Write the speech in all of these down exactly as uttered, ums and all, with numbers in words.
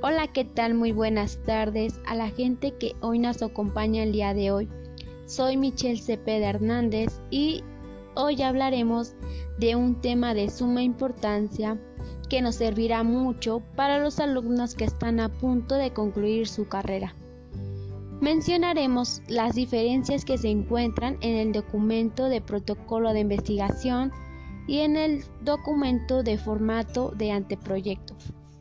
Hola, ¿qué tal? Muy buenas tardes a la gente que hoy nos acompaña el día de hoy. Soy Michelle Cepeda Hernández y hoy hablaremos de un tema de suma importancia que nos servirá mucho para los alumnos que están a punto de concluir su carrera. Mencionaremos las diferencias que se encuentran en el documento de protocolo de investigación y en el documento de formato de anteproyecto.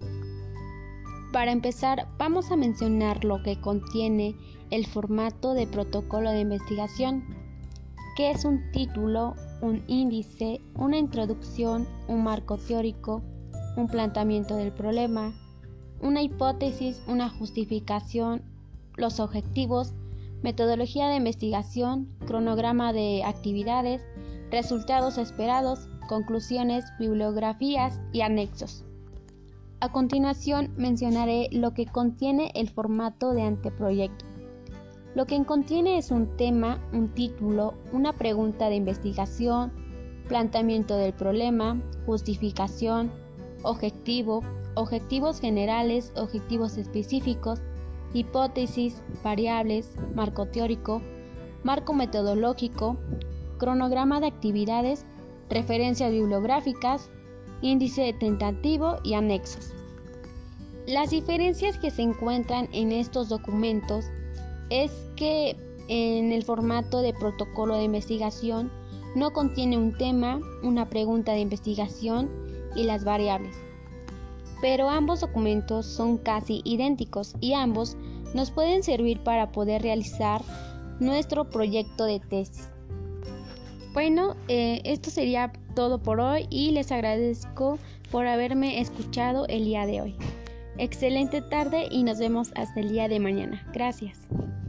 Para empezar, vamos a mencionar lo que contiene el formato de protocolo de investigación, que es un título, un índice, una introducción, un marco teórico, un planteamiento del problema, una hipótesis, una justificación, los objetivos, metodología de investigación, cronograma de actividades, resultados esperados, conclusiones, bibliografías y anexos. A continuación mencionaré lo que contiene el formato de anteproyecto. Lo que contiene es un tema, un título, una pregunta de investigación, planteamiento del problema, justificación, objetivo, objetivos generales, objetivos específicos, hipótesis, variables, marco teórico, marco metodológico, cronograma de actividades, referencias bibliográficas, índice tentativo y anexos. Las diferencias que se encuentran en estos documentos es que en el formato de protocolo de investigación no contiene un tema, una pregunta de investigación y las variables. Pero ambos documentos son casi idénticos y ambos nos pueden servir para poder realizar nuestro proyecto de tesis. Bueno, eh, esto sería todo por hoy y les agradezco por haberme escuchado el día de hoy. Excelente tarde y nos vemos hasta el día de mañana. Gracias.